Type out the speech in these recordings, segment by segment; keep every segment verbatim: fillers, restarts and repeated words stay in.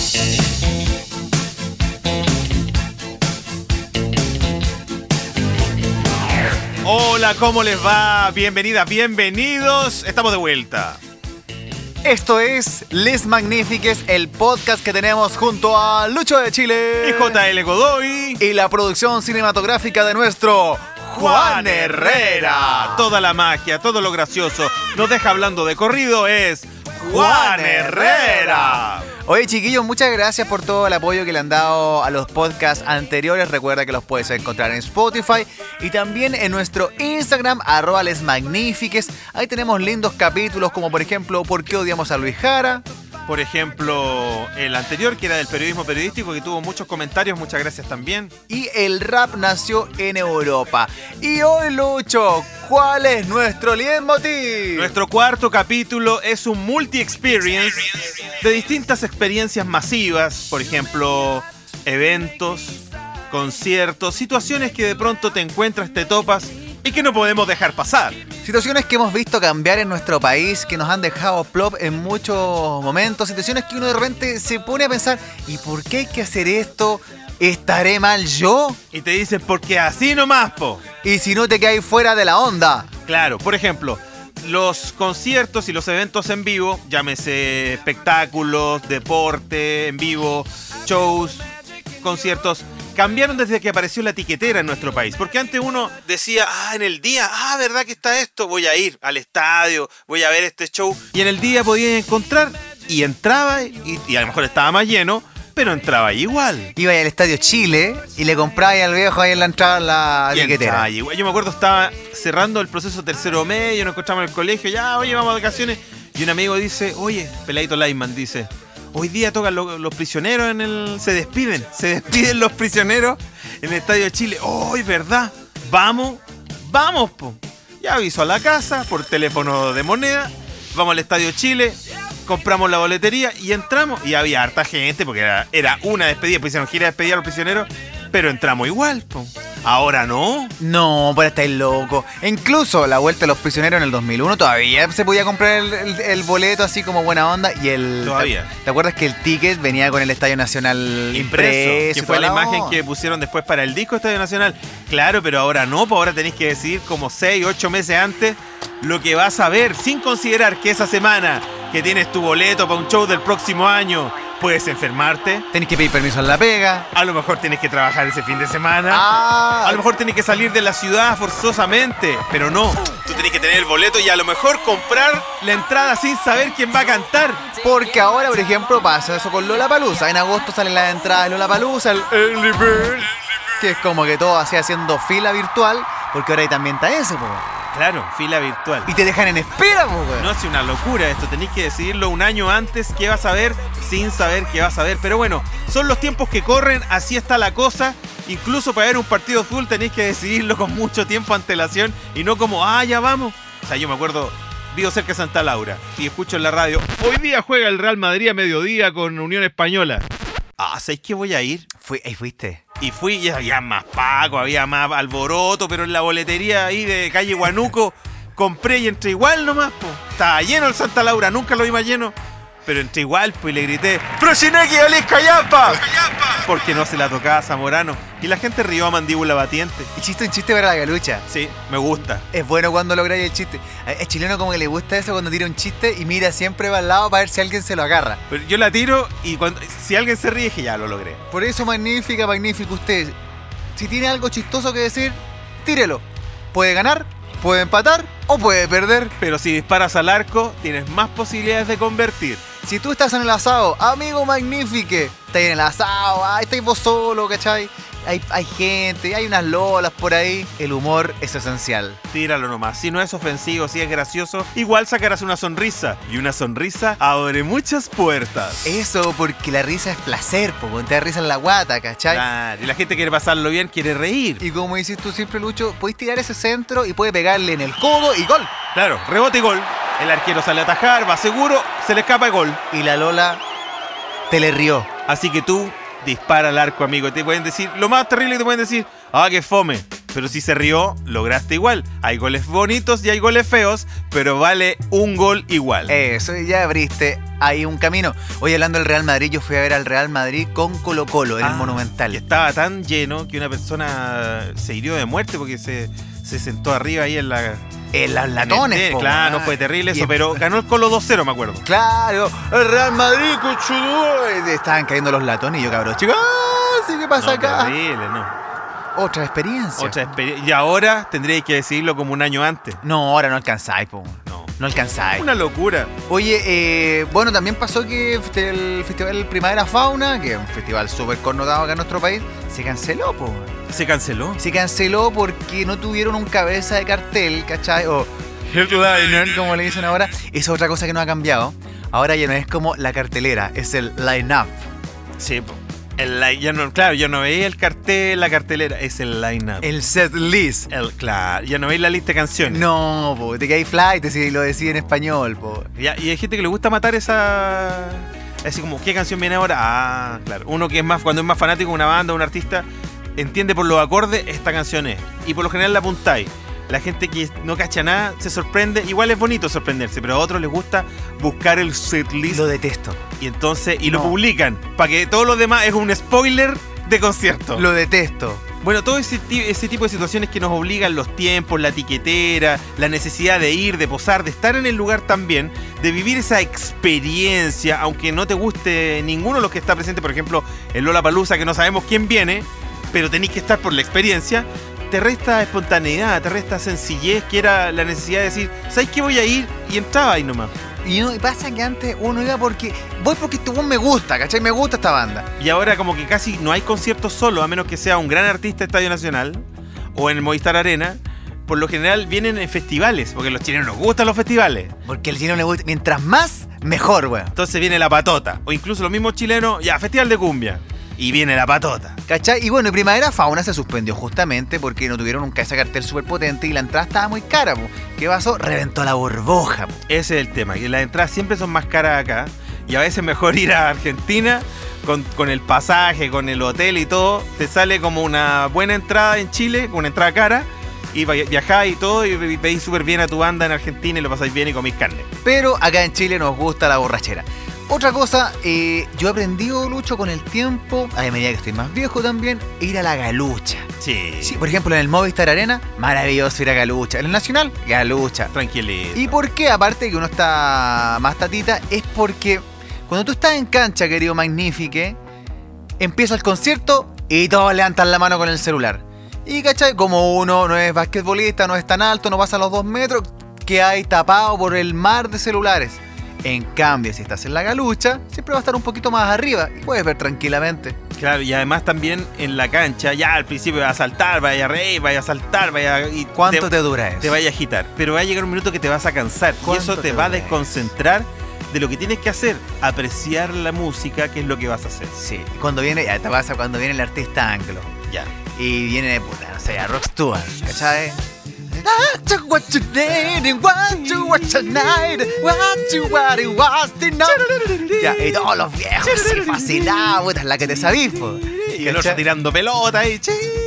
Hola, ¿cómo les va? Bienvenidas, bienvenidos. Estamos de vuelta. Esto es Les Magnifiques, el podcast que tenemos junto a Lucho de Chile y J L Godoy y la producción cinematográfica de nuestro Juan Herrera. Toda la magia, todo lo gracioso nos deja hablando de corrido es Juan Herrera. Oye, chiquillos, muchas gracias por todo el apoyo que le han dado a los podcasts anteriores. Recuerda que los puedes encontrar en Spotify y también en nuestro Instagram, arroba Les Magnifiques. Ahí tenemos lindos capítulos como, por ejemplo, ¿por qué odiamos a Luis Jara? Por ejemplo, el anterior, que era del periodismo periodístico, que tuvo muchos comentarios, muchas gracias también. Y el rap nació en Europa. Y hoy, Lucho, ¿cuál es nuestro leitmotiv? Nuestro cuarto capítulo es un multi-experience de distintas experiencias masivas, por ejemplo, eventos, conciertos, situaciones que de pronto te encuentras, te topas y que no podemos dejar pasar. Situaciones que hemos visto cambiar en nuestro país, que nos han dejado plop en muchos momentos. Situaciones que uno de repente se pone a pensar, ¿y por qué hay que hacer esto? ¿Estaré mal yo? Y te dicen, porque así nomás, po. Y si no te caes fuera de la onda. Claro, por ejemplo, los conciertos y los eventos en vivo, llámese espectáculos, deporte en vivo, shows, conciertos, cambiaron desde que apareció la tiquetera en nuestro país. Porque antes uno decía, ah, en el día, ah, ¿verdad que está esto? Voy a ir al estadio, voy a ver este show. Y en el día podía encontrar y entraba y, y a lo mejor estaba más lleno, pero entraba igual. Iba al Estadio Chile y le compraba al viejo ahí en la entrada la y tiquetera. Igual. Yo me acuerdo, estaba cerrando el proceso tercero medio, nos encontramos en el colegio, ya, oye, vamos a vacaciones. Y un amigo dice, oye, Peladito Lyman dice, hoy día tocan lo, los prisioneros en el... Se despiden, se despiden los prisioneros en el Estadio de Chile. ¡Oh, es verdad! ¡Vamos! ¡Vamos, po! Ya aviso a la casa por teléfono de moneda. Vamos al Estadio Chile, compramos la boletería y entramos. Y había harta gente porque era, era una despedida, pues hicieron gira de despedida a los prisioneros, pero entramos igual, po. Ahora no. No, pero estáis loco. Incluso la vuelta de los prisioneros en el dos mil uno todavía se podía comprar el, el, el boleto así como buena onda. Y el Todavía. ¿Te, ¿Te acuerdas que el ticket venía con el Estadio Nacional impreso? impreso Que fue la no. imagen que pusieron después para el disco Estadio Nacional. Claro, pero ahora no, pues ahora tenés que decidir como seis, ocho meses antes lo que vas a ver, sin considerar que esa semana que tienes tu boleto para un show del próximo año puedes enfermarte. Tenés que pedir permiso en la pega. A lo mejor tienes que trabajar ese fin de semana. Ah. A lo mejor tienes que salir de la ciudad forzosamente. Pero no, tú tenés que tener el boleto y a lo mejor comprar la entrada sin saber quién va a cantar. Porque ahora, por ejemplo, pasa eso con Lollapalooza. En agosto salen las entradas de Lollapalooza, el Early Bird, que es como que todo así haciendo fila virtual, porque ahora ahí también está ese, po. Claro, fila virtual. Y te dejan en espera, po, güey. No, es una locura esto. Tenés que decidirlo un año antes qué vas a ver sin saber qué vas a ver. Pero bueno, son los tiempos que corren, así está la cosa. Incluso para ver un partido full tenés que decidirlo con mucho tiempo antelación y no como, ah, ya vamos. O sea, yo me acuerdo, vivo cerca de Santa Laura y escucho en la radio, hoy día juega el Real Madrid a mediodía con Unión Española. Ah, ¿sabes qué voy a ir? Fui, ahí fuiste. Y fui y había más Paco, había más alboroto, pero en la boletería ahí de calle Huánuco compré y entré igual nomás, po. Estaba lleno el Santa Laura, nunca lo vi más lleno, pero entré igual, pues, y le grité ¡Prosineki Alís Callampa! Porque no se la tocaba a Zamorano. Y la gente rió a mandíbula batiente. Y chiste un chiste para la galucha. Sí, me gusta. Es bueno cuando lográis el chiste. Es chileno como que le gusta eso cuando tira un chiste y mira siempre va al lado para ver si alguien se lo agarra. Pero yo la tiro y cuando si alguien se ríe, dije, ya lo logré. Por eso, magnífica, magnífico usted. Si tiene algo chistoso que decir, tírelo. Puede ganar, puede empatar o puede perder. Pero si disparas al arco, tienes más posibilidades de convertir. Si tú estás en el asado, amigo magnifique, estás en el asado, ahí estáis vos solo, ¿cachai? Hay, hay gente, hay unas lolas por ahí. El humor es esencial. Tíralo nomás. Si no es ofensivo, si es gracioso, igual sacarás una sonrisa. Y una sonrisa abre muchas puertas. Eso porque la risa es placer, po, te da risa en la guata, ¿cachai? Claro, y la gente quiere pasarlo bien, quiere reír. Y como dices tú siempre, Lucho, podés tirar ese centro y puede pegarle en el codo y gol. Claro, rebote y gol. El arquero sale a atajar, va seguro, se le escapa el gol. Y la Lola te le rió. Así que tú dispara al arco, amigo. Te pueden decir, lo más terrible que te pueden decir, ah, que fome. Pero si se rió, lograste igual. Hay goles bonitos y hay goles feos, pero vale un gol igual. Eso, ya abriste ahí un camino. Hoy hablando del Real Madrid, yo fui a ver al Real Madrid con Colo Colo en Ah, el Monumental. Y estaba tan lleno que una persona se hirió de muerte porque se, se sentó arriba ahí en la... En las en el latones, té. po, Claro, ah. fue terrible Y eso, es- pero ganó el Colo dos cero, me acuerdo. Claro, el Real Madrid, conchudo. Estaban cayendo los latones y yo, cabrón, chicos, ¿sí qué pasa No, acá? terrible, no. Otra experiencia. Otra experiencia. Y ahora tendréis que decidirlo como un año antes. No, ahora no alcanzáis, po. No. No alcanzáis. Una locura. Oye, eh, bueno, también pasó que el Festival Primavera Fauna, que es un festival súper connotado acá en nuestro país, se canceló, po. Se canceló. Se canceló porque no tuvieron un cabeza de cartel, ¿cachai? O headliner, como le dicen ahora. Esa es otra cosa que no ha cambiado. Ahora ya no es como la cartelera, es el line-up. Sí, po. El, li- ya no, claro, ya no veía el cartel, la cartelera, es el line-up. El set list. El, claro, ya no veis la lista de canciones. No, po, te caes flight si lo decís en español, po. Ya, y hay gente que le gusta matar esa... Así como, ¿qué canción viene ahora? Ah, claro. Uno que es más, cuando es más fanático de una banda o un artista, entiende por los acordes, esta canción es. Y por lo general la apuntáis. La gente que no cacha nada se sorprende. Igual es bonito sorprenderse, pero a otros les gusta buscar el setlist. Lo detesto. Y entonces, y lo No. publican. Para que todo lo demás es un spoiler de concierto. Lo detesto. Bueno, todo ese, ti- ese tipo de situaciones que nos obligan los tiempos, la tiquetera, la necesidad de ir, de posar, de estar en el lugar también, de vivir esa experiencia, aunque no te guste ninguno de los que está presente, por ejemplo, el Lollapalooza, que no sabemos quién viene, pero tenéis que estar por la experiencia, te resta espontaneidad, te resta sencillez, que era la necesidad de decir, ¿sabes qué? Voy a ir, y entraba ahí nomás. Y, no, y pasa que antes uno iba porque... Voy porque este weón me gusta, ¿cachai? Me gusta esta banda. Y ahora como que casi no hay conciertos solo, a menos que sea un gran artista de Estadio Nacional o en el Movistar Arena. Por lo general vienen en festivales, porque a los chilenos nos gustan los festivales. Porque al chileno le gusta... Mientras más, mejor, weón. Entonces viene la patota. O incluso los mismos chilenos, ya, festival de cumbia. Y viene la patota. ¿Cachai? Y bueno, y Primavera Fauna se suspendió justamente porque no tuvieron un ese cartel súper potente y la entrada estaba muy cara, po. ¿Qué pasó? Reventó la burbuja, po. Ese es el tema, que las entradas siempre son más caras acá. Y a veces mejor ir a Argentina con, con el pasaje, con el hotel y todo. Te sale como una buena entrada en Chile, con una entrada cara. Y vaya- viajáis y todo y ve- veis súper bien a tu banda en Argentina y lo pasáis bien y comís carne. Pero acá en Chile nos gusta la borrachera. Otra cosa, eh, yo he aprendido, Lucho, con el tiempo, a medida que estoy más viejo también, ir a la galucha. Sí, Sí, por ejemplo, en el Movistar Arena, maravilloso ir a galucha. En el Nacional, galucha. tranquilito. ¿Y por qué? Aparte de que uno está más tatita, es porque cuando tú estás en cancha, querido Magnifique, empieza el concierto y todos levantan la mano con el celular. Y, ¿cachai? Como uno no es basquetbolista, no es tan alto, no pasa los dos metros, que hay tapado por el mar de celulares. En cambio, si estás en la galucha, siempre va a estar un poquito más arriba y puedes ver tranquilamente. Claro, y además también en la cancha, ya al principio vaya a saltar, vaya a reír, vaya a saltar, vaya y ¿Cuánto te, dura eso? te vaya a agitar. Pero va a llegar un minuto que te vas a cansar y ¿Cuánto eso te, te va a dura eso? desconcentrar de lo que tienes que hacer, apreciar la música, que es lo que vas a hacer. Sí, cuando viene, ya te pasa cuando viene el artista anglo. Ya. Y viene, puta, no sé, a Rock Stewart, ¿cachai? What you, what you need, what you, what you need, what you, what you was to know. Ya, y todos los viejos así fascinados, puta, es la que te sabís, po. Y el otro ¿Cachai? tirando pelota y...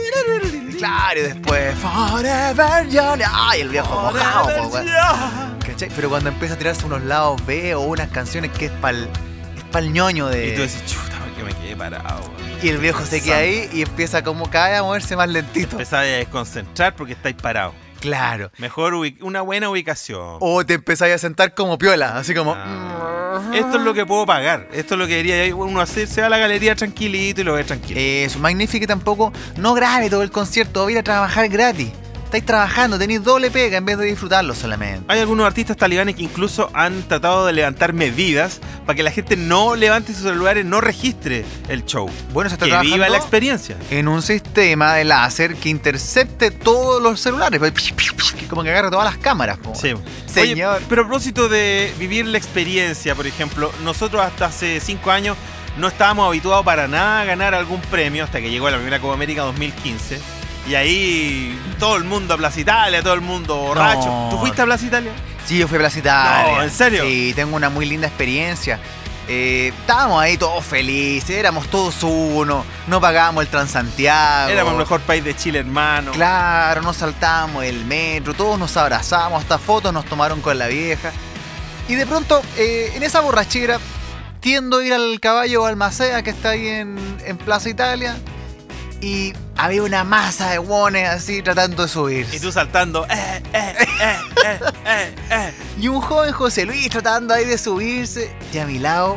Claro, y después Forever Young. Ay, el viejo mojado, po, weón. ¿Cachai? Pero cuando empieza a tirarse unos lados B o unas canciones que es pa'l, es pa'l ñoño de... Y tú decís, chuta, ¿por qué me quedé parado? Y el viejo se queda ahí y empieza como cada vez a moverse más lentito. Empezás a desconcentrar porque estáis parados. Claro. Mejor ubi- una buena ubicación. O te empezáis a sentar como piola, así como... Ah. Esto es lo que puedo pagar. Esto es lo que debería uno hacer. Se va a la galería tranquilito y lo ve tranquilo. Eso, Magnifique tampoco, no grabe todo el concierto, va a ir a trabajar gratis. Estáis trabajando, tenéis doble pega en vez de disfrutarlo solamente. Hay algunos artistas talibanes que incluso han tratado de levantar medidas para que la gente no levante sus celulares, no registre el show. Bueno, se está Que trabajando viva la experiencia. en un sistema de láser que intercepte todos los celulares, que como que agarre todas las cámaras. Po. Sí. Señor. Oye, pero a propósito de vivir la experiencia, por ejemplo, nosotros hasta hace cinco años no estábamos habituados para nada a ganar algún premio hasta que llegó la primera Copa América dos mil quince. Y ahí todo el mundo a Plaza Italia, todo el mundo borracho. No. ¿Tú fuiste a Plaza Italia? Sí, yo fui a Plaza Italia. No, ¿en serio? Sí, tengo una muy linda experiencia. Eh, estábamos ahí todos felices, éramos todos uno, no pagábamos el Transantiago. Éramos el mejor país de Chile, hermano. Claro, nos saltábamos el metro, todos nos abrazamos, hasta fotos nos tomaron con la vieja. Y de pronto, eh, en esa borrachera, tiendo a ir al Caballo Balmaceda, que está ahí en, en Plaza Italia, y había una masa de hueones así tratando de subirse. Y tú saltando, eh, eh, eh, eh, eh, eh. Y un joven José Luis tratando ahí de subirse. Y a mi lado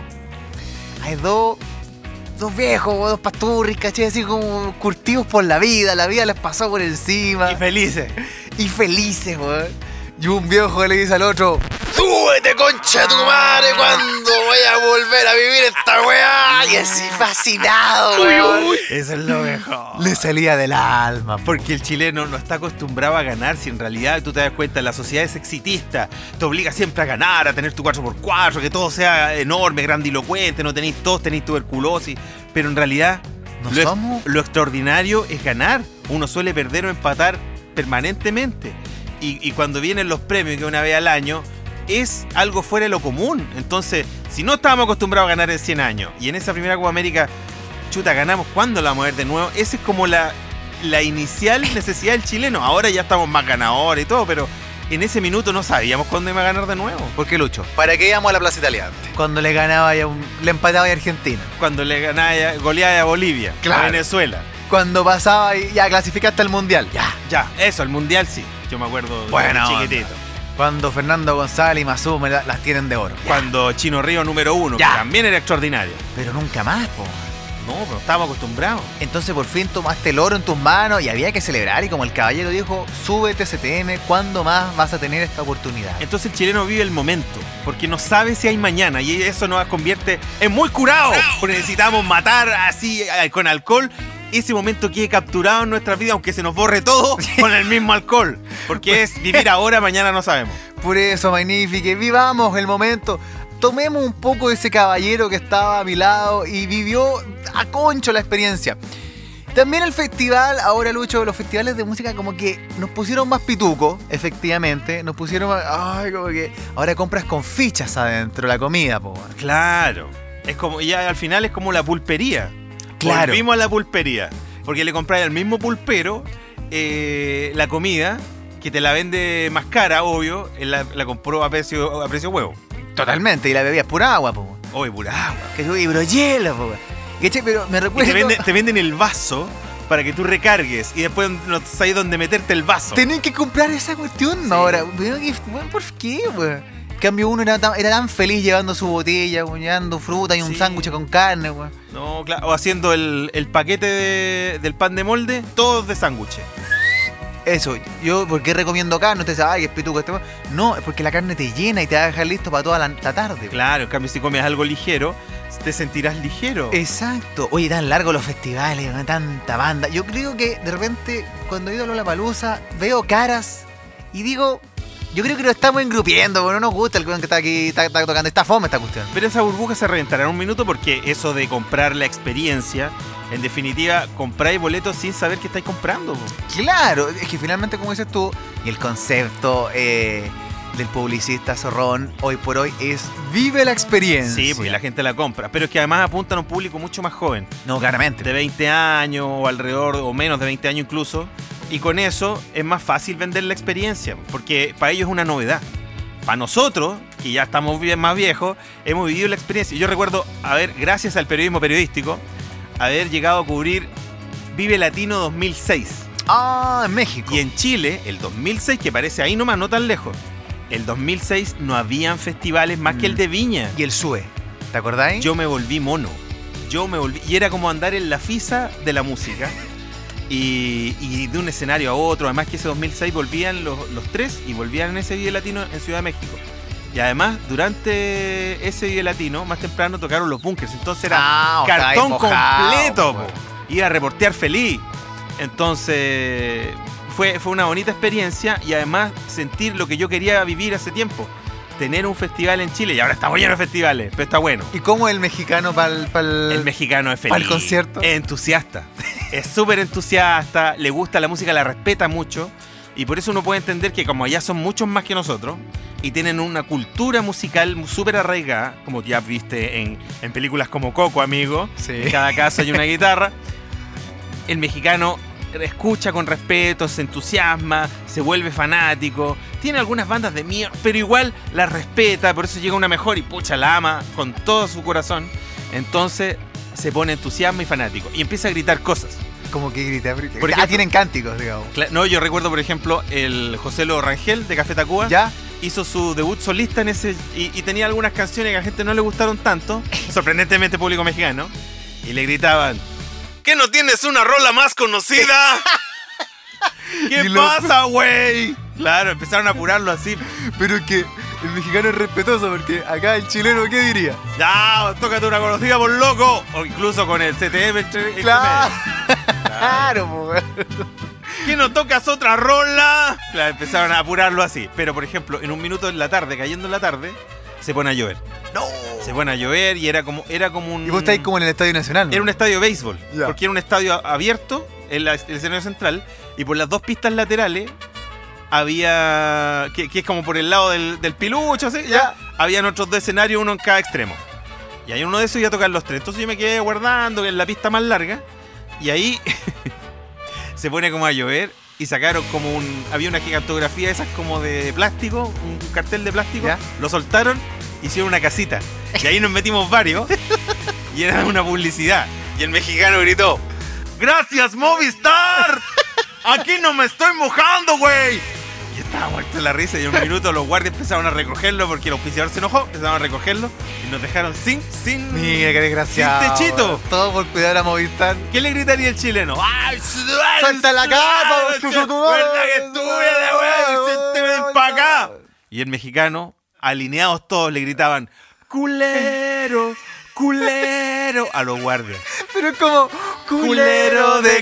hay dos, dos viejos, dos pasturris, caché, así como curtidos por la vida. La vida les pasó por encima. Y felices. Y felices, weón. Y un viejo le dice al otro: ¡súbete, concha de tu madre! ¿Cuándo voy a volver a vivir esta weá? Y así fascinado, weón. Eso es lo mejor. Le salía del alma. Porque el chileno no está acostumbrado a ganar. Si en realidad tú te das cuenta, la sociedad es exitista. Te obliga siempre a ganar, a tener tu cuatro por cuatro, que todo sea enorme, grandilocuente. No tenéis tos, tenéis tuberculosis. Pero en realidad, ¿No lo, somos? lo extraordinario es ganar. Uno suele perder o empatar permanentemente. Y, y cuando vienen los premios, que una vez al año, es algo fuera de lo común. Entonces, si no estábamos acostumbrados a ganar en cien años, y en esa primera Copa América, chuta, ganamos, ¿cuándo la vamos a ver de nuevo? Esa es como la, la inicial necesidad del chileno. Ahora ya estamos más ganadores y todo, pero en ese minuto no sabíamos cuándo iba a ganar de nuevo. ¿Por qué, Lucho? ¿Para qué íbamos a la Plaza Italia? Cuando le ganaba a un, le empataba a Argentina. Cuando le ganaba, goleaba a Bolivia, Claro. a Venezuela. Cuando pasaba y ya clasificaste al Mundial. Ya. Ya, eso, el Mundial sí. Yo me acuerdo de Bueno, chiquitito. Cuando Fernando González y Mazú me la- las tienen de oro. Ya. Cuando Chino Río número uno, Ya. que también era extraordinario. Pero nunca más, po. No, pero estábamos acostumbrados. Entonces por fin tomaste el oro en tus manos y había que celebrar. Y como el caballero dijo, súbete C T M, ¿cuándo más vas a tener esta oportunidad? Entonces el chileno vive el momento, porque no sabe si hay mañana y eso nos convierte en muy curado, porque necesitamos matar así eh, con alcohol. Ese momento quede capturado en nuestra vida, aunque se nos borre todo con el mismo alcohol, porque es vivir ahora, mañana no sabemos. Por eso, Magnifique, vivamos el momento. Tomemos un poco de ese caballero que estaba a mi lado y vivió a concho la experiencia. También el festival, ahora Lucho, los festivales de música como que nos pusieron más pitucos, efectivamente. Nos pusieron más, ay, como que ahora compras con fichas adentro la comida, po. Claro, es como, ya al final es como la pulpería. Claro. Volvimos a la pulpería, porque le compráis al mismo pulpero eh, la comida, que te la vende más cara, obvio, él la, la compró a precio, a precio huevo. Totalmente, y la bebida es pura agua, po. Oye, pura agua. Que yo hidrohielo, po. ¿Cachai? Pero me Y recuerdo... te, vende- te venden el vaso para que tú recargues y después no sabes dónde meterte el vaso. Tenés que comprar esa cuestión Sí. ahora. Bueno, ¿qué- bueno, ¿por qué, weón? En cambio, uno era tan, era tan feliz llevando su botella, weón, llevando fruta y un Sí. sándwich con carne, weón. No, claro. O haciendo el, el paquete de- del pan de molde, todos de sándwiches. Eso, yo, ¿por qué recomiendo carne? Usted sabe, ay, que es pituco este weón. No, es porque la carne te llena y te va a dejar listo para toda la, la tarde, weón. Claro, en cambio si comes algo ligero, te sentirás ligero. Exacto. Oye, tan largos los festivales, weón, tanta banda. Yo creo que de repente, cuando he ido a Lollapalooza, veo caras y digo, yo creo que lo estamos engrupiendo, porque no nos gusta el weón que está aquí, está, está tocando. Está fome esta cuestión. Pero esa burbuja se reventará en un minuto, porque eso de comprar la experiencia, en definitiva, compráis boletos sin saber qué estáis comprando. Po. Claro, es que finalmente, como dices tú, y el concepto eh, del publicista zorrón hoy por hoy es vive la experiencia. Sí, pues y la gente la compra. Pero es que además apuntan a un público mucho más joven, No, claramente. de veinte años o alrededor, o menos de veinte años incluso. Y con eso es más fácil vender la experiencia, porque para ellos es una novedad. Para nosotros, que ya estamos bien más viejos, hemos vivido la experiencia. Yo recuerdo, a ver, gracias al periodismo periodístico, haber llegado a cubrir Vive Latino dos mil seis. Ah, en México. Y en Chile, el dos mil seis, que parece ahí nomás, no tan lejos, el dos mil seis no habían festivales más que el de Viña. Y el S U E, ¿te acordáis? Yo me volví mono. Yo me volví. Y era como andar en la fisa de la música. Y, y de un escenario a otro. Además que ese dos mil seis volvían los, los tres y volvían en ese Vive Latino en Ciudad de México. Y además, durante ese Vive Latino, más temprano tocaron los Bunkers. Entonces era Ah, o sea, cartón mojado, completo. po. Po. Iba a reportear feliz. Entonces, fue, fue una bonita experiencia. Y además, sentir lo que yo quería vivir hace tiempo. Tener un festival en Chile. Y ahora estamos llenos de festivales, pero está bueno. ¿Y cómo el mexicano para el, El mexicano es feliz. ¿Para el concierto? Es entusiasta. Es súper entusiasta. Le gusta la música, la respeta mucho. Y por eso uno puede entender que como allá son muchos más que nosotros y tienen una cultura musical súper arraigada, como ya viste en, en películas como Coco, amigo, Sí. en cada casa hay una guitarra, el mexicano escucha con respeto, se entusiasma, se vuelve fanático, tiene algunas bandas de mierda, pero igual las respeta, por eso llega una mejor y pucha, la ama con todo su corazón. Entonces se pone entusiasmo y fanático y empieza a gritar cosas. Como que grita. Por ah, ejemplo- tienen cánticos, digamos. Cla- No, yo recuerdo, por ejemplo, el José Lo Rangel de Café Tacuba. ¿Ya? Hizo su debut solista en ese y, y tenía algunas canciones que a la gente no le gustaron tanto, sorprendentemente público mexicano, y le gritaban: ¿qué no tienes una rola más conocida? ¿Qué Y lo- pasa, güey? Claro, empezaron a apurarlo así. Pero es que el mexicano es respetuoso porque acá el chileno, ¿qué diría? Ya, tócate una conocida por loco. O incluso con el C T M entre, entre Claro. medio. Claro, po, weón. ¿Qué no tocas otra rola? Claro, empezaron a apurarlo así. Pero, por ejemplo, en un minuto en la tarde, cayendo en la tarde, se pone a llover. No. Se pone a llover y era como, era como un... Y vos estáis como en el Estadio Nacional, ¿no? Era un estadio de béisbol. Ya. Porque era un estadio a- abierto, en la- el escenario central, y por las dos pistas laterales había... Que, que es como por el lado del, del pilucho, ¿sí? Ya. Habían otros dos escenarios, uno en cada extremo. Y ahí uno de esos iba a tocar los tres. Entonces yo me quedé guardando en la pista más larga. Y ahí se pone como a llover. Y sacaron como un... Había una gigantografía de esas como de plástico, un cartel de plástico. Ya. Lo soltaron, hicieron una casita. Y ahí nos metimos varios. Y era una publicidad. Y el mexicano gritó: ¡gracias, Movistar! ¡Aquí no me estoy mojando, güey! Y estaba muerto de la risa. Y en un minuto los guardias empezaron a recogerlo porque el auspiciador se enojó. Empezaron a recogerlo y nos dejaron sin... sin Mira, qué desgraciado. Sin techito. weón. Todo por cuidar a Movistar. ¿Qué le gritaría el chileno? ¡Ay, ¡Suelta la capa, chucho tu madre! ¡Verdad que estuve, güey! ¡Ven para acá! Y el mexicano, alineados todos, le gritaban: ¡culero! ¡Culero! A los guardias. Pero es como... ¡Culero de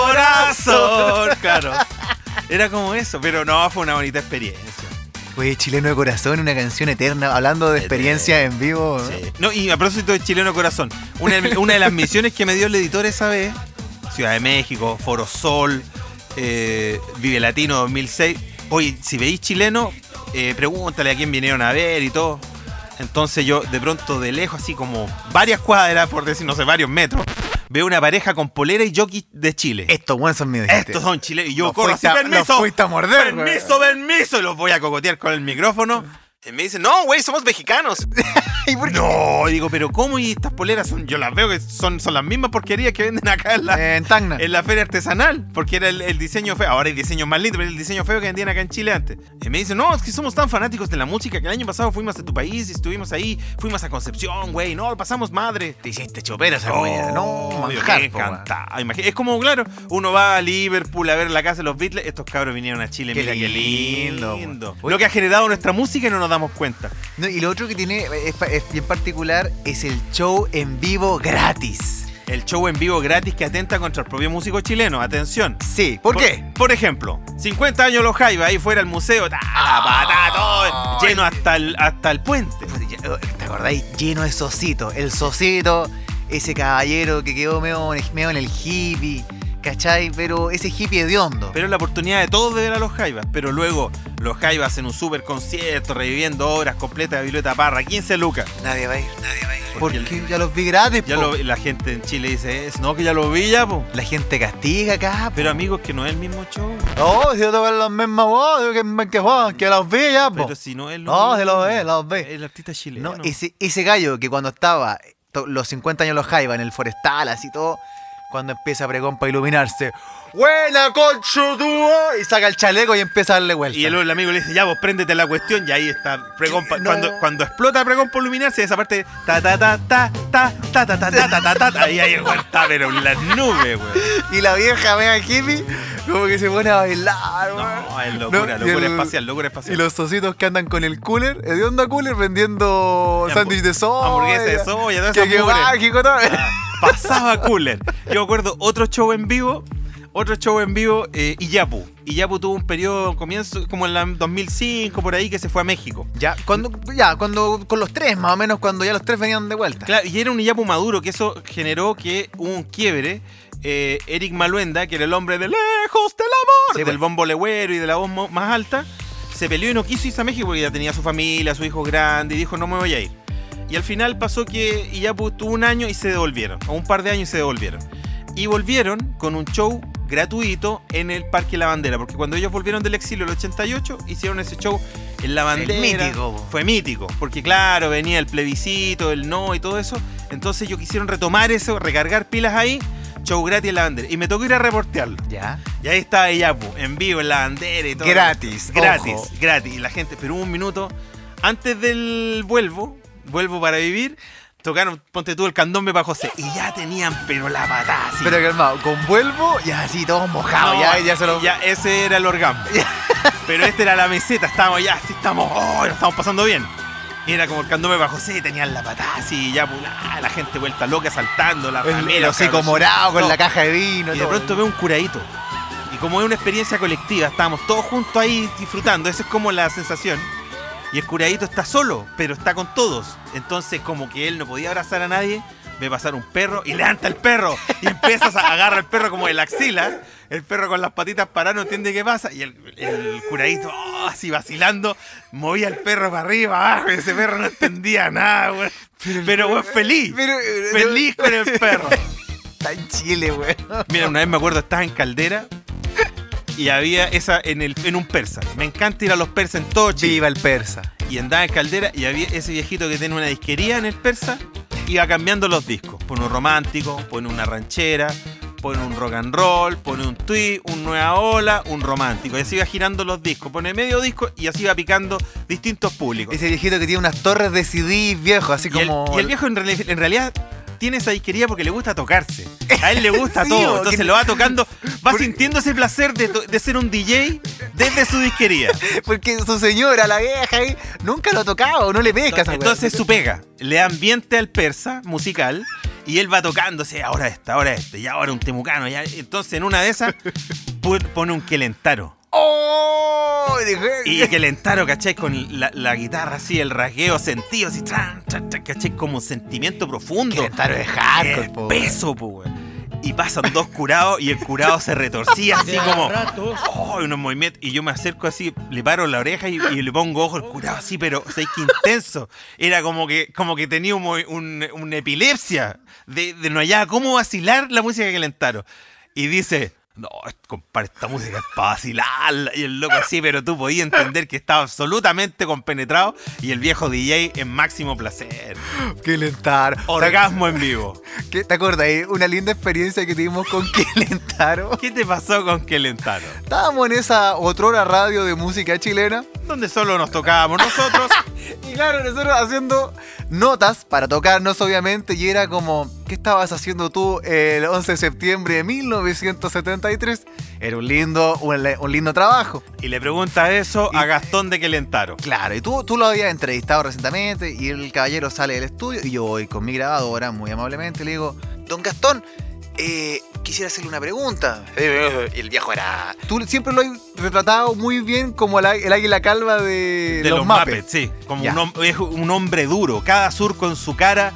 corazón! Claro. Era como eso, pero no, fue una bonita experiencia. Oye, Chileno de Corazón, una canción eterna, hablando de experiencia en vivo. ¿no? Sí. No, y a propósito de Chileno de Corazón, una, una de las misiones que me dio el editor esa vez, Ciudad de México, Foro Sol, eh, Vive Latino dos mil seis. Oye, si veis chileno, eh, pregúntale a quién vinieron a ver y todo. Entonces yo, de pronto, de lejos, así como varias cuadras, por decir, no sé, varios metros, veo una pareja con polera y jockey de Chile. Estos buenos son míos. Estos son chilenos. Y yo Los corro fuiste así: a- permiso, los fuiste a morder, permiso, permiso. Y los voy a cocotear con el micrófono. Y me dicen: no, güey, somos mexicanos. ¿Y por qué? No, y digo, pero ¿cómo? Y estas poleras son, yo las veo que son, son las mismas porquerías que venden acá en la, En Tacna. en la feria artesanal, porque era el, el diseño feo. Ahora hay diseños más lindos, pero el diseño feo que vendían acá en Chile antes. Y me dicen: no, es que somos tan fanáticos de la música que el año pasado fuimos a tu país y estuvimos ahí, fuimos a Concepción, güey, no, lo pasamos madre. Te hiciste chopera esa weá. No, Oh, manjar, me po, weón. encanta. Imagina- Es como, claro, uno va a Liverpool a ver la casa de los Beatles. Estos cabros vinieron a Chile. Qué Mira qué lindo, lindo. weón. Lo que ha generado nuestra música y no nos damos cuenta. No, y lo otro que tiene es, pa- es bien particular es el show en vivo gratis. El show en vivo gratis que atenta contra el propio músico chileno. Atención. Sí, ¿por qué? Por ejemplo, cincuenta años Los Jaivas, ahí fuera el museo, ta, la patá, todo Ay. lleno hasta el, hasta el puente. ¿Te acordáis? Lleno de Sosito. El Sosito, ese caballero que quedó medio, medio en el hippie, ¿cachai? Pero ese hippie hediondo. Pero es la oportunidad de todos de ver a Los Jaivas. Pero luego, Los Jaivas en un super concierto, reviviendo obras completas de Violeta Parra, quince lucas. Nadie va a ir, nadie va a ir. Porque Porque el- ya los vi gratis, Ya po. lo- la gente en Chile dice: es, no, que ya lo vi ya, po. La gente castiga acá, po. Pero amigos, que no es el mismo show. No, si yo tocan las mismas voces que, que, que, que los vi ya, po. Pero si no es lo No, mismo. se los ve, los ve. El artista chileno. No, ese, ese gallo que cuando estaba to- los cincuenta años los Jaiba en el forestal, así todo, cuando empieza a pregón para iluminarse, ¡buena concho tú! Y saca el chaleco y empieza a darle vuelta. Y el, el amigo le dice: ya vos préndete la cuestión. Y ahí está pregón pa- No. cuando, cuando explota pregón por iluminarse, esa parte ta ta ta ta ta ta ta ta ta ta ta ta ta. Ahí hay güey, está pero en las nubes, güey. Y la vieja mega hippie, como que se pone a bailar, No, weón. es locura, No, y locura el- espacial, locura Y espacial. los socitos que andan con el cooler, hediondo cooler, vendiendo Hambu- sándwich de soya. hamburguesa de soya, toda Que esa qué mugre. mágico, todo. Ah, pasaba cooler. Yo me acuerdo otro show en vivo, otro show en vivo, eh, Iyapu. Iyapu tuvo un periodo, comienzo como en la dos mil cinco, por ahí, que se fue a México. Ya, cuando, ya, cuando, con los tres, más o menos, cuando ya los tres venían de vuelta. Claro, y era un Iyapu maduro, que eso generó que hubo un quiebre. Eh, Eric Maluenda, que era el hombre de lejos del sí, del pues. bombo legüero y de la voz mo- más alta, se peleó y no quiso irse a México porque ya tenía su familia, su hijo grande, y dijo, no me voy a ir. Y al final pasó que Iyapu tuvo un año y se devolvieron, o un par de años y se devolvieron. Y volvieron con un show gratuito en el Parque La Bandera, porque cuando ellos volvieron del exilio en el ochenta y ocho, hicieron ese show en La Bandera. El mítico. Fue mítico, porque claro, venía el plebiscito, el no y todo eso. Entonces ellos quisieron retomar eso, recargar pilas ahí, show gratis en La Bandera. Y me tocó ir a reportearlo. Ya. Y ahí estaba Iyapu, en vivo en La Bandera y todo. Gratis, Gratis, ojo. gratis. Y la gente, pero hubo un minuto antes del vuelvo, vuelvo para vivir, tocaron, ponte tú, el candombe para José. Y ya tenían, pero la patada así. Pero calmado, con vuelvo, ya así todos mojados, No, ya, ya se lo... ya ese era el orgasmo. Pero este era la meseta, estábamos ya, así estamos, oh, lo estamos pasando bien. Era como el candombe para José, tenían la patada así, ya pulada, la gente vuelta loca, saltando, la El, familia. el hocico cabros, morado con todo. la caja de vino. Y de todo. pronto veo un curadito. Y como es una experiencia colectiva, estábamos todos juntos ahí disfrutando, esa es como la sensación. Y el curadito está solo, pero está con todos. Entonces como que él no podía abrazar a nadie, ve pasar un perro y levanta el perro. Y empiezas a agarrar al perro como de la axila. El perro con las patitas paradas no entiende qué pasa. Y el, el curadito, oh, así vacilando, movía el perro para arriba, abajo. Y ese perro no entendía nada, güey. Pero, güey, feliz. Pero, feliz con el perro. Está en Chile, güey. Mira, una vez me acuerdo, estaba en Caldera y había esa en, el, en un persa. Me encanta ir a los persas en todo Chile. Viva el persa. Y andaba en Caldera y había ese viejito que tiene una disquería en el persa, iba cambiando los discos. Pone un romántico, pone una ranchera, pone un rock and roll, pone un tweet, un nueva ola, un romántico. Y así iba girando los discos, pone medio disco y así iba picando distintos públicos. Ese viejito que tiene unas torres de C D viejos, así Y el, como... y el viejo en, reali- en realidad tiene esa disquería porque le gusta tocarse. A él le gusta Sí, todo. o Entonces que- lo va tocando, va Por- sintiendo ese placer de, to- de ser un D J desde su disquería. Porque su señora, la vieja ahí, nunca lo ha tocado, no le pesca esa Entonces es su pega. Le da ambiente al persa musical y él va tocándose ahora esta, ahora este, y ahora un temucano. Ya. Entonces en una de esas pu- pone un quelentaro. ¡Oh! Dije- Y quelentaro, ¿cachai? Con la, la guitarra así, el rasgueo sentido, así, tran, tran, tran, ¿cachai? Como un sentimiento profundo. Quelentaro de hardcore, Eh, po. peso, po, weón. Y pasan dos curados y el curado se retorcía así como. Oh, unos movimientos. Y yo me acerco así, le paro la oreja y, y le pongo ojo al curado así, pero o sea, que intenso. Era como que, como que tenía un, un, una epilepsia de, de no hallar cómo vacilar la música que Quelentaro. Y dice. No, compadre, esta música es para vacilarla. Y el loco así, pero tú podías entender que estaba absolutamente compenetrado. Y el viejo D J en máximo placer. Quelentaro. Orgasmo en vivo. ¿Qué- ¿Te acuerdas? Eh, Una linda experiencia que tuvimos con Quelentaro. ¿Qué te pasó con Quelentaro? Estábamos en esa otrora radio de música chilena. Donde solo nos tocábamos nosotros. Y claro, nosotros haciendo notas para tocarnos, obviamente, y era como, ¿qué estabas haciendo tú el once de septiembre de mil novecientos setenta y tres? Era un lindo, un, un lindo trabajo. Y le pregunta eso a Y- Gastón de Quelentaro. Claro, y tú, tú lo habías entrevistado recientemente y el caballero sale del estudio y yo voy con mi grabadora muy amablemente le digo, don Gastón, eh, quisiera hacerle una pregunta. Y el viejo era... Tú siempre lo has retratado muy bien como el, el águila calva de, De los, los Muppets. Muppets, sí. Como Ya. un, hom- es un hombre duro. Cada surco en su cara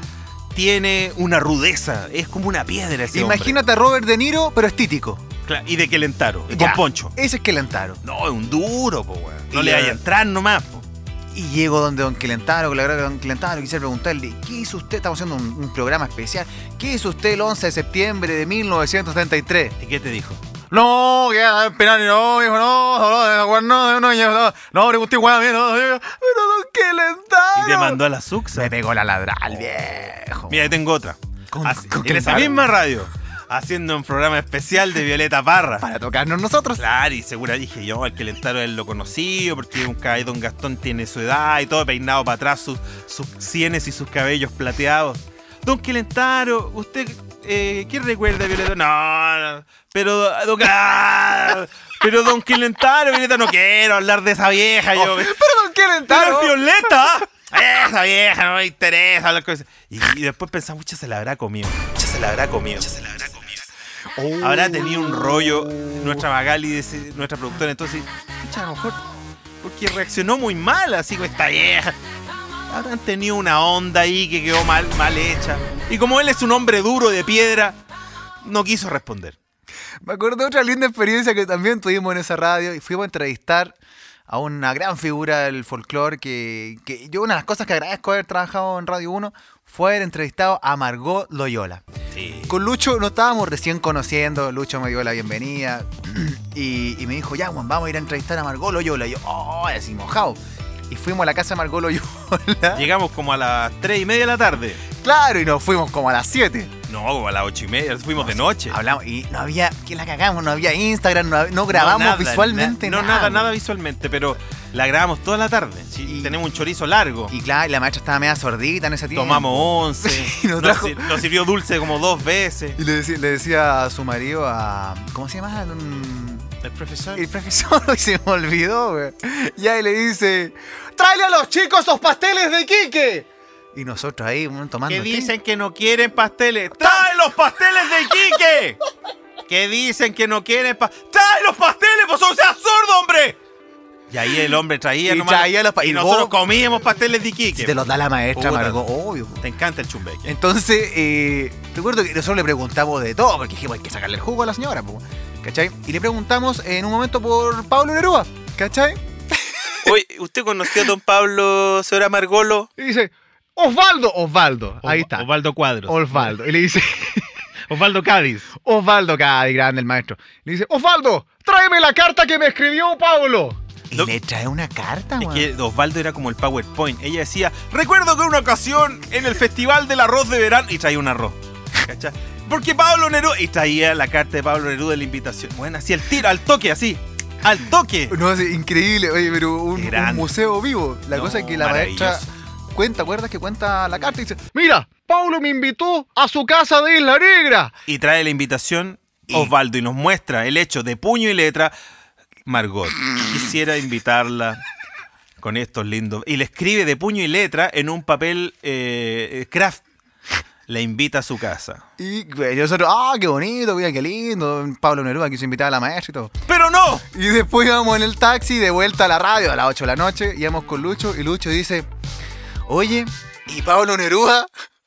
tiene una rudeza. Es como una piedra ese hombre. Imagínate a Robert De Niro, pero estítico. Cla- Y de Quelentaro. y Ya, Con poncho. Ese es Quelentaro. No, es un duro, po, weón. No Y le ya- vaya a entrar nomás, po. Y llego donde don Quelentaro, con la verdad que don Quelentaro, quisiera preguntarle, ¿qué hizo usted? Estamos haciendo un, un programa especial. ¿Qué hizo usted el once de septiembre de mil novecientos setenta y tres? ¿Y qué te dijo? No, que a penal, no, viejo, no, no, no, no, no, no, no, pregunté, weón, no, pero don Quelentaro. Y te mandó a la Suxa. Me pegó la ladral, viejo. Mira, ahí tengo otra. Con- Así- con en esa Quelentaro. misma radio. Haciendo un programa especial de Violeta Parra. Para tocarnos nosotros. Claro, y segura dije yo, el Quelentaro él lo conocido, porque un caballero, don Gastón tiene su edad y todo peinado para atrás, sus, sus sienes y sus cabellos plateados. Don Quelentaro, ¿usted eh, qué recuerda de Violeta? No, no, pero don, ah, pero don Quelentaro, Violeta, no quiero hablar de esa vieja. Yo, Oh, pero don pero Quelentaro. es Violeta. Esa vieja no me interesa hablar con eso. Y, y después pensaba, mucha se la habrá comido. Mucha se la habrá comido. Mucha se la habrá comido. Oh. Habrá tenido un rollo nuestra Magali, de ese- nuestra productora. Entonces, pucha, a lo mejor porque reaccionó muy mal así con esta vieja. Habrán tenido una onda ahí que quedó mal, mal hecha. Y como él es un hombre duro de piedra, no quiso responder. Me acuerdo de otra linda experiencia que también tuvimos en esa radio y fuimos a entrevistar a una gran figura del folclore que, que yo una de las cosas que agradezco haber trabajado en Radio uno fue haber entrevistado a Margot Loyola. Sí. Con Lucho nos estábamos recién conociendo, Lucho me dio la bienvenida y, y me dijo, ya, Juan, vamos a ir a entrevistar a Margot Loyola. Y yo, oh, así mojado. Y fuimos a la casa de Margot Loyola. Llegamos como a las tres y media de la tarde. Claro, y nos fuimos como a las siete. No, como a las ocho y media, fuimos de noche. Hablamos y no había, que la cagamos, no había Instagram, no, no grabamos no, nada, visualmente na, nada. No, nada, nada visualmente, pero la grabamos toda la tarde. Sí, Y- tenemos un chorizo largo. Y claro, y la maestra estaba media sordita en ese tiempo. Tomamos once. Y nos nos, trajo- sir- nos sirvió dulce como dos veces. Y le decía, le decía a su marido, a ¿cómo se llama? Un- El profesor. el profesor, y se me olvidó, güey. Y ahí le dice, tráele a los chicos los pasteles de Quique. Y nosotros ahí mm, tomando Que té. dicen que no quieren pasteles. ¡Trae los pasteles de Quique! Que dicen que no quieren pasteles. ¡Trae los pasteles! ¡Pues o sea sordo, hombre! Y ahí el hombre traía Y nomás. traía los pa- y y nosotros vos- comíamos pasteles de Quique. Si te los da la maestra, Puta. Margot, obvio. Te encanta el chumbeque. Entonces, eh, recuerdo que nosotros le preguntamos de todo, porque dijimos, hay que sacarle el jugo a la señora, po, ¿cachai? Y le preguntamos en un momento por Pablo Neruda, ¿cachai? Oye, ¿usted conoció a don Pablo, señora Margolo? Y dice, Osvaldo, Osvaldo, ahí está. Osvaldo Cuadros. Osvaldo. Y le dice, Osvaldo Cádiz. Osvaldo, Cádiz, grande el maestro. Le dice, Osvaldo, tráeme la carta que me escribió Pablo. Y Lo- le trae una carta, Es weón. que Osvaldo era como el PowerPoint. Ella decía, recuerdo que una ocasión en el Festival del Arroz de Verano... Y traía un arroz. ¿Cachai? Porque Pablo Neruda... Y traía la carta de Pablo Neruda de la invitación. Bueno, así el tiro, al toque, así. ¡Al toque! No, es increíble, oye, pero un, Grande. un museo vivo. La No, cosa es que la maestra maravilloso. cuenta, ¿acuerdas que cuenta la carta? Y dice, mira, Pablo me invitó a su casa de Isla Negra. Y trae la invitación Y- Osvaldo y nos muestra el hecho de puño y letra. Margot, quisiera invitarla con estos lindos... Y le escribe de puño y letra en un papel eh, craft. La invita a su casa. Y güey, nosotros, ah, qué bonito, mira, qué lindo. Pablo Neruda quiso invitar a la maestra y todo. ¡Pero no! Y después íbamos en el taxi de vuelta a la radio a las ocho de la noche. Íbamos con Lucho y Lucho dice, oye, ¿y Pablo Neruda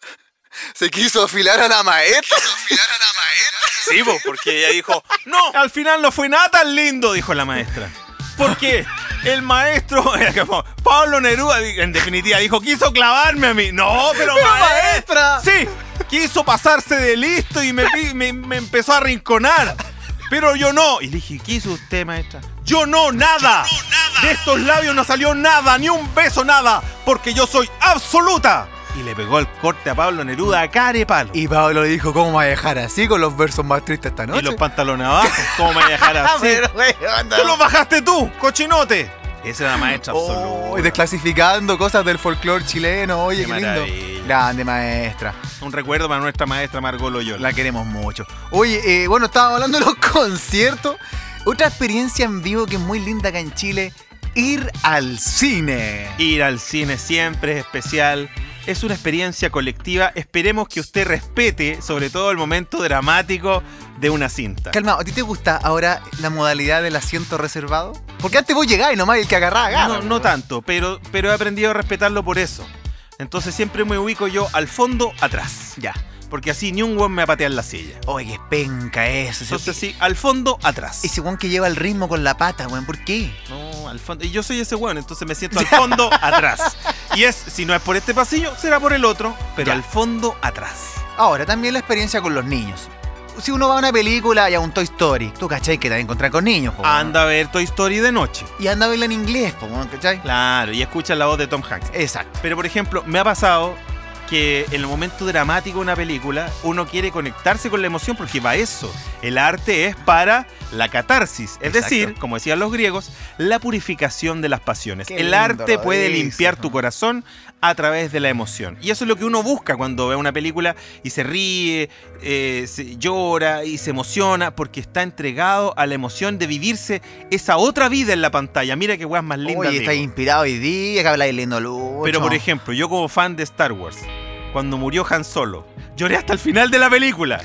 se quiso afilar a la maestra? ¿Se afilar a la maestra? Sí, po, porque ella dijo, no, al final no fue nada tan lindo, dijo la maestra. Porque el maestro, era como, Pablo Neruda, en definitiva, dijo, quiso clavarme a mí. No, pero, ¡Pero maestra. maestra! Sí, quiso pasarse de listo y me, pi- me, me empezó a arrinconar. Pero yo no. Y le dije, ¿qué hizo usted, maestra? Yo no, nada. De estos labios no salió nada, ni un beso, nada. Porque yo soy absoluta. Y le pegó el corte a Pablo Neruda a carepalo. Y Pablo le dijo, ¿cómo me va a dejar así con los versos más tristes esta noche? Y los pantalones abajo. ¿Cómo me voy a dejar así? Pero, güey, anda. ¡Tú los bajaste tú, cochinote! Esa era la maestra Oh, absoluta. y desclasificando cosas del folclore chileno. Oye, Qué qué, lindo. maravilla. Grande maestra. Un recuerdo para nuestra maestra Margot Loyola. La queremos mucho. Oye, eh, bueno, estábamos hablando de los conciertos. Otra experiencia en vivo que es muy linda acá en Chile. Ir al cine. Ir al cine siempre es especial. Es una experiencia colectiva. Esperemos que usted respete, sobre todo el momento dramático de una cinta. Calma, ¿a ti te gusta ahora la modalidad del asiento reservado? Porque antes vos llegás y nomás el que agarraba agarra. No, no tanto, pero, pero he aprendido a respetarlo por eso. Entonces siempre me ubico yo al fondo, atrás. Ya. Porque así ni un weón me va a patear la silla. Oye, qué penca eso. Entonces sí, al fondo, atrás. Ese weón que lleva el ritmo con la pata, weón, ¿por qué? No, al fondo. Y yo soy ese weón, entonces me siento al fondo, atrás. Y es, si no es por este pasillo, será por el otro, pero Ya. al fondo, atrás. Ahora, también la experiencia con los niños. Si uno va a una película y a un Toy Story, tú cachai que te vas a encontrar con niños, po, Anda a ver Toy Story de noche. y anda a verla en inglés, po, ¿cachai? Claro, y escucha la voz de Tom Hanks. Exacto. Pero, por ejemplo, me ha pasado que en el momento dramático de una película uno quiere conectarse con la emoción porque va eso. El arte es para la catarsis, es Exacto. decir, como decían los griegos, la purificación de las pasiones. Qué El lindo arte lo puede dices, limpiar ¿no? tu corazón a través de la emoción. Y eso es lo que uno busca cuando ve una película y se ríe, eh, se llora y se emociona porque está entregado a la emoción de vivirse esa otra vida en la pantalla. Mira qué weas más lindas. Oye, estás digo. inspirado hoy día, que habláis lindo Lucho. Pero por ejemplo, yo como fan de Star Wars, cuando murió Han Solo, lloré hasta el final de la película.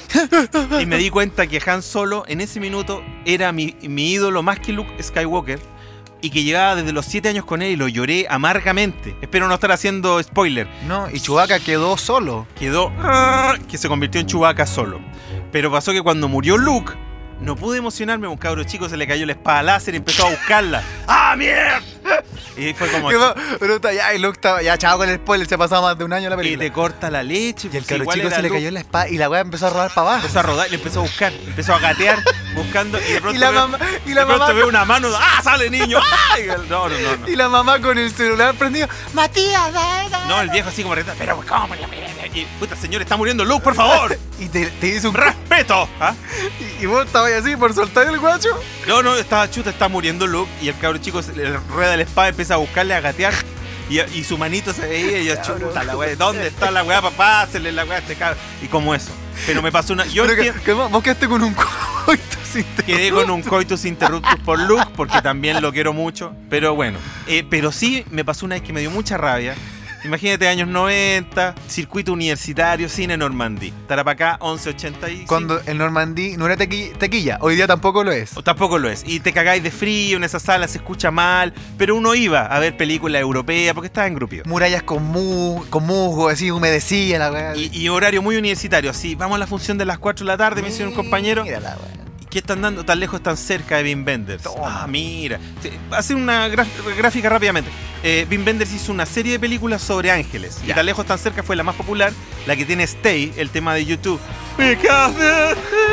Y me di cuenta que Han Solo en ese minuto era mi, mi ídolo más que Luke Skywalker y que llevaba desde los siete años con él y lo lloré amargamente. Espero no estar haciendo spoiler. No, y Chewbacca quedó solo. Quedó que se convirtió en Chewbacca solo. Pero pasó que cuando murió Luke, no pude emocionarme. A un cabro chico se le cayó la espada láser y empezó a buscarla. ¡Ah, mierda! Y fue como... Pero está ya, y Luke estaba ya chavo con el spoiler, se ha pasado más de un año la Y película. te corta la leche. Y el pues, cabro igual chico era se le Luke. cayó la espada y la weá empezó a rodar para abajo. Empezó a rodar y le empezó a buscar. Empezó a gatear buscando y de pronto Y la ve- mamá, y la de pronto mamá, ve una mano. ¡Ah, sale niño! ¡Ah! Y el- No, no, no, no. y la mamá con el celular prendido. Matías, da, da. No, el viejo así como reta, pero ¿cómo? Y, puta, señor, está muriendo Luke, por favor. Y te, te hizo un ¡Respeto! ¿Ah? y, y vos estabas así por soltar el guacho. No, no, estaba chuta, está muriendo Luke. Y el cabro chico se le rueda la espada, empieza a buscarle, a gatear. Y, y su manito se veía y yo, chuta, la weá, ¿dónde está la weá, papá? Hacerle la weá a este cabro. Y como eso. Pero me pasó una... Yo Pero que, entiendo- que vos quedaste con un coito sin te- Quedé con un coitus interruptus por Luke, porque también lo quiero mucho. Pero bueno, eh, pero sí me pasó una vez que me dio mucha rabia. Imagínate, años noventa, circuito universitario, cine Normandí. Tarapacá, once ochenta y cinco. Cuando el Normandí no era tequi- tequilla, hoy día tampoco lo es. O tampoco lo es. Y te cagáis de frío en esa sala, se escucha mal. Pero uno iba a ver películas europeas porque estaba en grupio. Murallas con, mu con musgo, así humedecía la weá. Y, y horario muy universitario, así. Vamos a la función de las cuatro de la tarde, me dice un compañero. Mira la weá. ¿Qué están dando tan lejos, tan cerca de Wim Wenders? Toma. Ah, mira. Hacer una graf- gráfica rápidamente. Eh, Wim Wenders hizo una serie de películas sobre ángeles. Ya. Y tan lejos, tan cerca fue la más popular, la que tiene Stay, el tema de YouTube. Because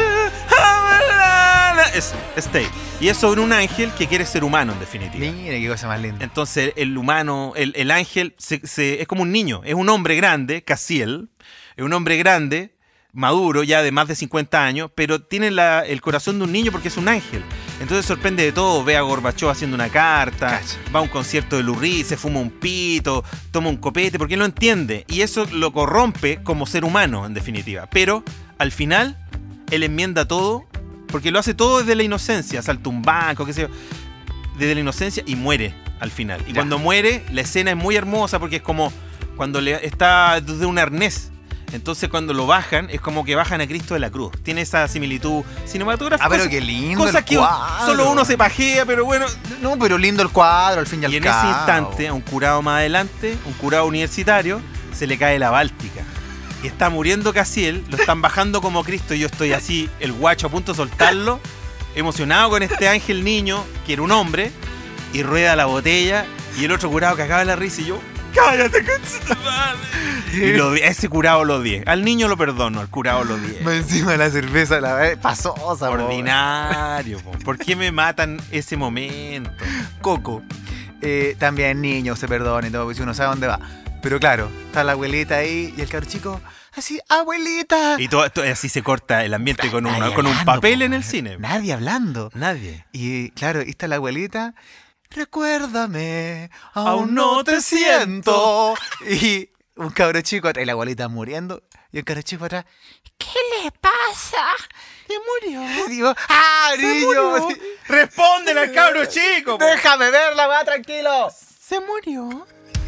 es Stay. Y es sobre un ángel que quiere ser humano, en definitiva. Mira qué cosa más linda. Entonces el humano, el, el ángel, se- se- es como un niño. Es un hombre grande, Cassiel. Es un hombre grande, maduro, ya de más de cincuenta años, pero tiene la- el corazón de un niño porque es un ángel. Entonces sorprende de todo. Ve a Gorbachov haciendo una carta, Cacha. va a un concierto de Lou Reed, se fuma un pito, toma un copete, porque él lo entiende. Y eso lo corrompe como ser humano, en definitiva. Pero al final, él enmienda todo, porque lo hace todo desde la inocencia. Salta un banco, qué sé yo. Desde la inocencia y muere al final. Y Ya. cuando muere, la escena es muy hermosa porque es como cuando le está desde un arnés. Entonces cuando lo bajan, es como que bajan a Cristo de la cruz. Tiene esa similitud cinematográfica. Ah, pero Cosa- qué lindo Cosa el que cuadro. solo uno se pajea, pero bueno. No, pero lindo el cuadro, al fin y al Y en cabo. ese instante, a un curado más adelante, un curado universitario, se le cae la Báltica. Y está muriendo Cassiel, lo están bajando como Cristo y yo estoy así, el guacho a punto de soltarlo, emocionado con este ángel niño, que era un hombre, y rueda la botella, y el otro curado que acaba de la risa y yo, ¡cállate, concha tu madre! Y lo, a ese curado lo odié. Al niño lo perdono, al curado lo odié. Más encima de la cerveza, la vez pasosa, po. Ordinario, po. ¿Por qué me matan ese momento? Coco. Eh, también niño, se perdona y todo, porque uno sabe dónde va. Pero claro, está la abuelita ahí y el cabro chico, así, abuelita. Y todo, todo- así se corta el ambiente con, una- Nadie con un hablando, papel po. en el cine. Nadie hablando. Nadie. Y claro, ahí está la abuelita. Recuérdame, Aún aún no no te te siento. Y un cabro chico atrás, y la abuelita muriendo. Y el cabro chico atrás, ¿qué le pasa? Se murió. Y digo, ¡ah, niño! Sí, Respóndele al cabro chico. po. déjame verla, va, tranquilo. Se murió.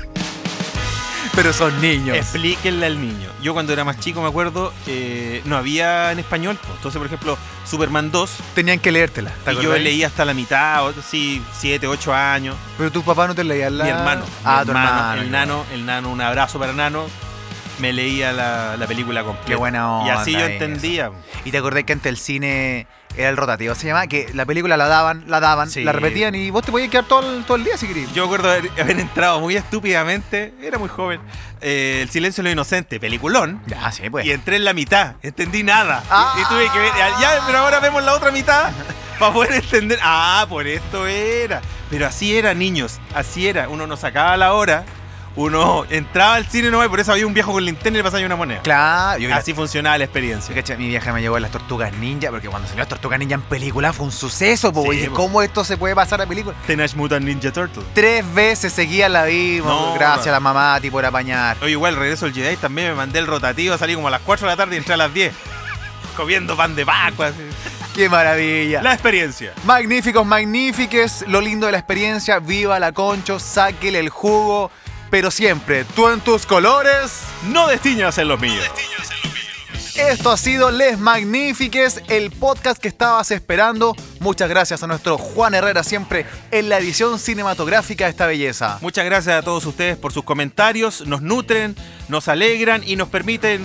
Pero son niños. Explíquenle al niño. Yo cuando era más chico, me acuerdo, eh, no había en español. po. Entonces, por ejemplo, Superman dos, Tenían que leértela. ¿te y yo acordás? leí hasta la mitad, o sí, siete, ocho años. Pero tu papá no te leía la... Mi hermano, Ah, mi tu hermano, hermano. el ya. nano, el nano, un abrazo para nano. Me leía la, la película completa. Qué buena Y así yo onda entendía. Y te acordás que antes el cine era el rotativo, se llamaba, que la película la daban, la daban, Sí. la repetían y vos te podías quedar todo el, todo el día si querías. Yo me acuerdo haber, haber entrado muy estúpidamente, era muy joven, eh, El silencio de los inocentes, peliculón. Ya, sí, pues. Y entré en la mitad, entendí nada. Ah. Y, y tuve que ver, ya, pero ahora vemos la otra mitad para poder entender. Ah, por esto era. Pero así era, niños, así era. Uno no sacaba la hora, uno entraba al cine nomás y por eso había un viejo con linterna y le pasaba una moneda. Claro, yo Así funcionaba la experiencia. Cacha, mi vieja me llevó a las Tortugas Ninja, porque cuando salió las Tortugas Ninja en película fue un suceso, po, Sí, y dije, po. ¿cómo esto se puede pasar a película? Teenage Mutant Ninja Turtle. Tres veces seguía la vimos, No, gracias no. a la mamá, tipo, por apañar. Oye, igual, regreso al Jedi también me mandé el rotativo, salí como a las cuatro de la tarde y entré a las diez. Comiendo pan de Pascua. así. ¡Qué maravilla! La experiencia. Magníficos, magnífiques, lo lindo de la experiencia, viva la Concho, sáquele el jugo, pero siempre, tú en tus colores. No destiñas en los míos. Esto ha sido Les Magnífiques, el podcast que estabas esperando. Muchas gracias a nuestro Juan Herrera, siempre en la edición cinematográfica de esta belleza. Muchas gracias a todos ustedes por sus comentarios. Nos nutren, nos alegran y nos permiten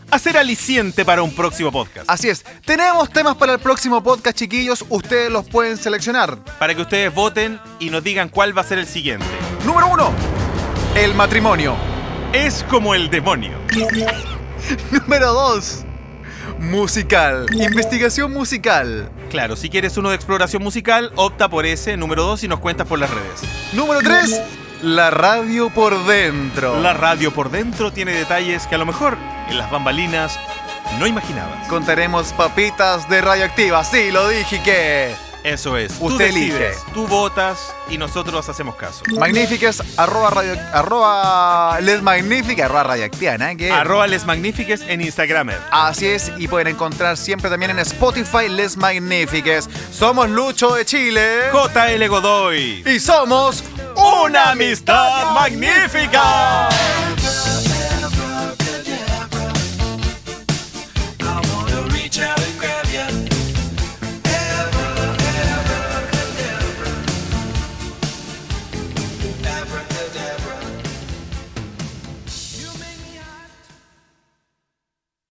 a ser aliciente para un próximo podcast. Así es, tenemos temas para el próximo podcast, chiquillos. Ustedes los pueden seleccionar. Para que ustedes voten y nos digan cuál va a ser el siguiente. Número uno, el matrimonio. Es como el demonio. Número dos, musical. Investigación musical. Claro, si quieres uno de exploración musical, opta por ese, número dos, y nos cuentas por las redes. Número tres, la radio por dentro. La radio por dentro tiene detalles que a lo mejor en las bambalinas no imaginabas. Contaremos papitas de radioactiva. Sí, lo dije que... Eso es. Usted tú decides, elige. Tú votas y nosotros hacemos caso. Magníficas, arroba radio, arroba les magníficas, arroba radioactiva, ¿no? ¿Qué? Arroba Les Magnifiques en Instagram. Así es, y pueden encontrar siempre también en Spotify Les Magnifiques. Somos Lucho de Chile. J L Godoy. Y somos ¡Una amistad magnífica!